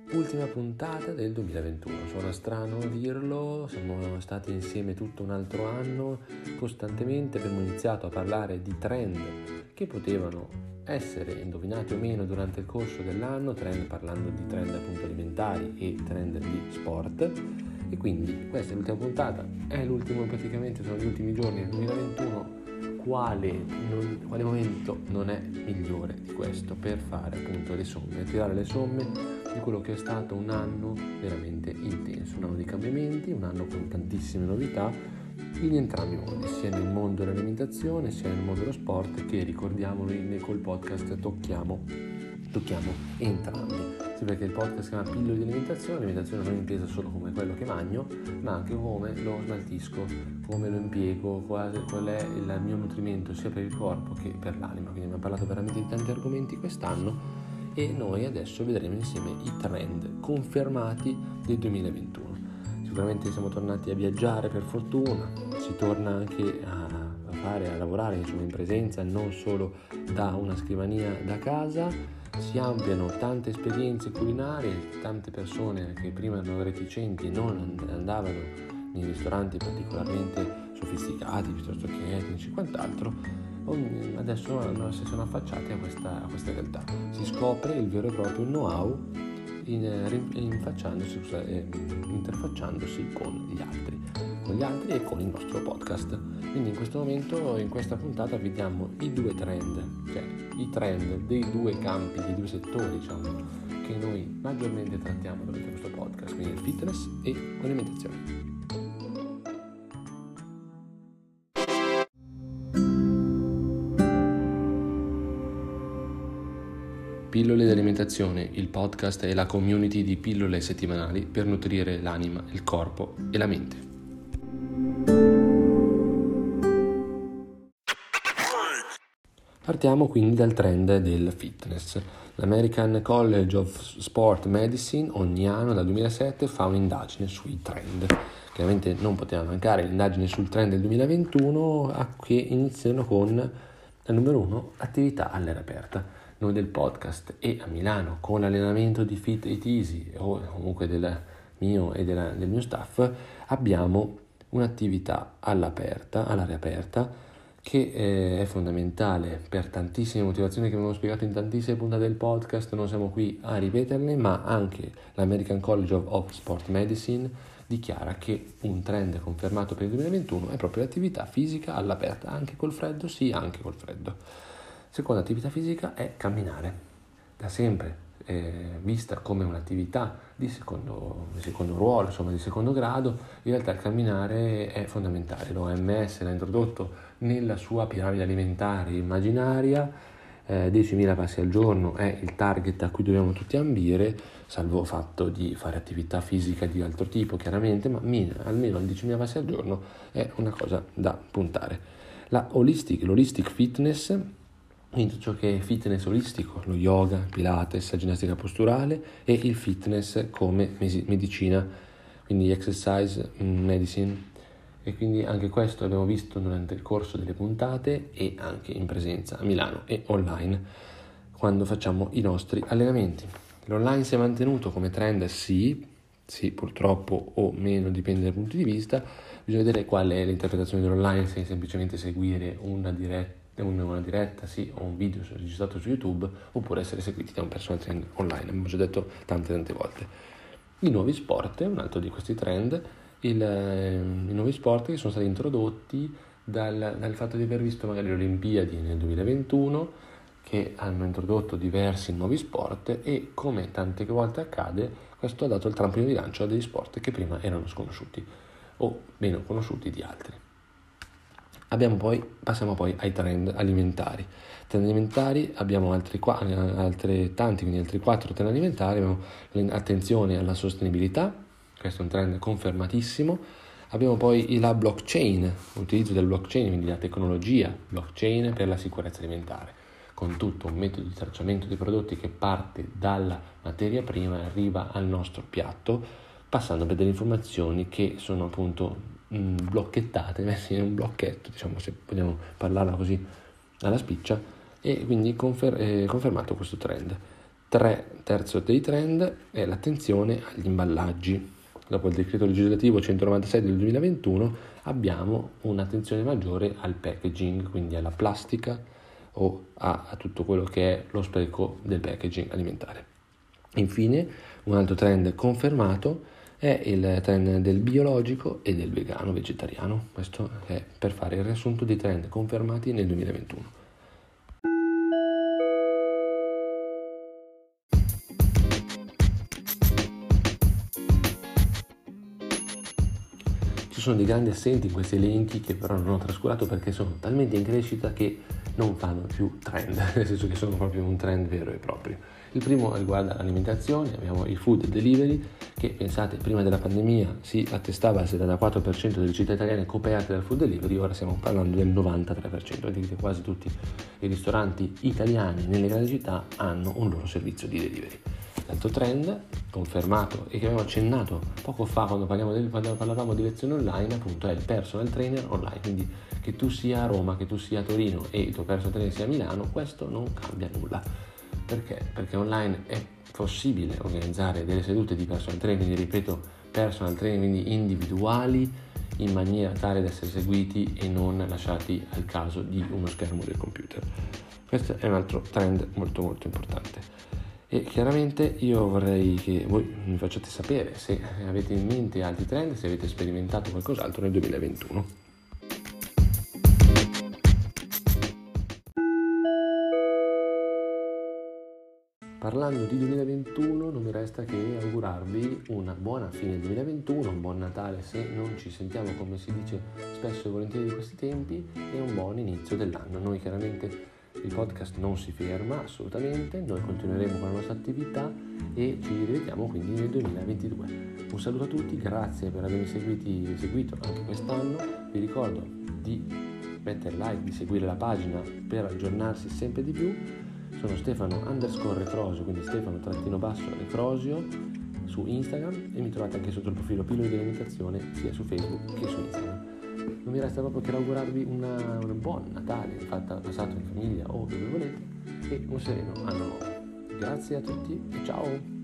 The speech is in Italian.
Ultima puntata del 2021, suona strano dirlo, siamo stati insieme tutto un altro anno, costantemente abbiamo iniziato a parlare di trend che potevano essere indovinati o meno durante il corso dell'anno, parlando di trend appunto alimentari e trend di sport, e quindi questa è l'ultima puntata, è l'ultimo, praticamente sono gli ultimi giorni del 2021. Quale momento non è migliore di questo per fare appunto le somme, tirare le somme di quello che è stato un anno veramente intenso, un anno di cambiamenti, un anno con tantissime novità in entrambi i modi, sia nel mondo dell'alimentazione sia nel mondo dello sport, che ricordiamolo col podcast tocchiamo entrambi. Sì, perché il podcast si chiama Pillole di alimentazione non intesa solo come quello che mangio, ma anche come lo smaltisco, come lo impiego, qual è il mio nutrimento sia per il corpo che per l'anima. Quindi abbiamo parlato veramente di tanti argomenti quest'anno e noi adesso vedremo insieme i trend confermati del 2021. Sicuramente siamo tornati a viaggiare, per fortuna, si torna anche a lavorare in presenza, non solo da una scrivania da casa. Si ampliano tante esperienze culinarie, tante persone che prima erano reticenti e non andavano nei ristoranti particolarmente sofisticati piuttosto che etnici e quant'altro, adesso si sono affacciati a questa realtà. Si scopre il vero e proprio know-how interfacciandosi con gli altri e con il nostro podcast. Quindi in questo momento, in questa puntata, vediamo i due trend, cioè i trend dei due campi, dei due settori, diciamo, che noi maggiormente trattiamo durante questo podcast, quindi il fitness e l'alimentazione. Pillole di alimentazione, il podcast è la community di pillole settimanali per nutrire l'anima, il corpo e la mente. Partiamo quindi dal trend del fitness. L'American College of Sport Medicine ogni anno dal 2007 fa un'indagine sui trend. Chiaramente non poteva mancare l'indagine sul trend del 2021, che iniziano con il numero 1, attività all'aria aperta. Noi del podcast e a Milano con l'allenamento di Fit It Easy o comunque del mio staff abbiamo un'attività all'aria aperta che è fondamentale per tantissime motivazioni che abbiamo spiegato in tantissime puntate del podcast, non siamo qui a ripeterle, ma anche l'American College of Sport Medicine dichiara che un trend confermato per il 2021 è proprio l'attività fisica all'aperta, anche col freddo. Seconda attività fisica è camminare, da sempre vista come un'attività di secondo ruolo, insomma di secondo grado. In realtà il camminare è fondamentale, l'OMS l'ha introdotto nella sua piramide alimentare immaginaria, 10.000 passi al giorno è il target a cui dobbiamo tutti ambire, salvo fatto di fare attività fisica di altro tipo chiaramente, ma almeno 10.000 passi al giorno è una cosa da puntare. L'holistic fitness, quindi tutto ciò che è fitness olistico, lo yoga, pilates, la ginnastica posturale, e il fitness come medicina, quindi exercise medicine. E quindi anche questo abbiamo visto durante il corso delle puntate e anche in presenza a Milano e online quando facciamo i nostri allenamenti. L'online si è mantenuto come trend, sì, purtroppo, o meno, dipende dai punti di vista. Bisogna vedere qual è l'interpretazione dell'online, se è semplicemente seguire una diretta sì, o un video registrato su YouTube, oppure essere seguiti da un personal trainer online. Abbiamo già detto tante volte. I nuovi sport è un altro di questi trend, i nuovi sport che sono stati introdotti dal fatto di aver visto magari le Olimpiadi nel 2021, che hanno introdotto diversi nuovi sport, e come tante volte accade, questo ha dato il trampolino di lancio a degli sport che prima erano sconosciuti o meno conosciuti di altri. Passiamo poi ai trend alimentari. Abbiamo altri 4 trend alimentari. Abbiamo l'attenzione alla sostenibilità, questo è un trend confermatissimo. Abbiamo poi la blockchain, l'utilizzo del blockchain, quindi la tecnologia blockchain per la sicurezza alimentare, con tutto un metodo di tracciamento dei prodotti che parte dalla materia prima e arriva al nostro piatto, passando per delle informazioni che sono appunto blocchettate, messe in un blocchetto, diciamo, se vogliamo parlarla così alla spiccia, e quindi confermato questo trend. Terzo dei trend è l'attenzione agli imballaggi. Dopo il decreto legislativo 196 del 2021 abbiamo un'attenzione maggiore al packaging, quindi alla plastica o a tutto quello che è lo spreco del packaging alimentare. Infine, un altro trend confermato è il trend del biologico e del vegano vegetariano. Questo è per fare il riassunto dei trend confermati nel 2021. Ci sono dei grandi assenti in questi elenchi che però non ho trascurato perché sono talmente in crescita che non fanno più trend, nel senso che sono proprio un trend vero e proprio. Il primo riguarda l'alimentazione, abbiamo il food delivery che, pensate, prima della pandemia si attestava al 74% delle città italiane coperte dal food delivery, ora stiamo parlando del 93%, quindi quasi tutti i ristoranti italiani nelle grandi città hanno un loro servizio di delivery. L'altro trend confermato e che abbiamo accennato poco fa quando parlavamo di lezioni online, appunto, è il personal trainer online, quindi che tu sia a Roma, che tu sia a Torino e il tuo personal trainer sia a Milano, questo non cambia nulla. Perché? Perché online è possibile organizzare delle sedute di personal training, ripeto, personal training quindi individuali, in maniera tale da essere seguiti e non lasciati al caso di uno schermo del computer. Questo è un altro trend molto molto importante. E chiaramente io vorrei che voi mi facciate sapere se avete in mente altri trend, se avete sperimentato qualcos'altro nel 2021. Parlando di 2021 non mi resta che augurarvi una buona fine 2021, un buon Natale se non ci sentiamo, come si dice spesso e volentieri di questi tempi, e un buon inizio dell'anno. Noi chiaramente il podcast non si ferma assolutamente, noi continueremo con la nostra attività e ci rivediamo quindi nel 2022. Un saluto a tutti, grazie per avermi seguito anche quest'anno, vi ricordo di mettere like, di seguire la pagina per aggiornarsi sempre di più. Sono Stefano_Recrosio, quindi Stefano_Recrosio su Instagram, e mi trovate anche sotto il profilo Pillole di Alimentazione sia su Facebook che su Instagram. Non mi resta proprio che augurarvi un buon Natale, passato in famiglia o dove volete, e un sereno anno nuovo. Grazie a tutti e ciao!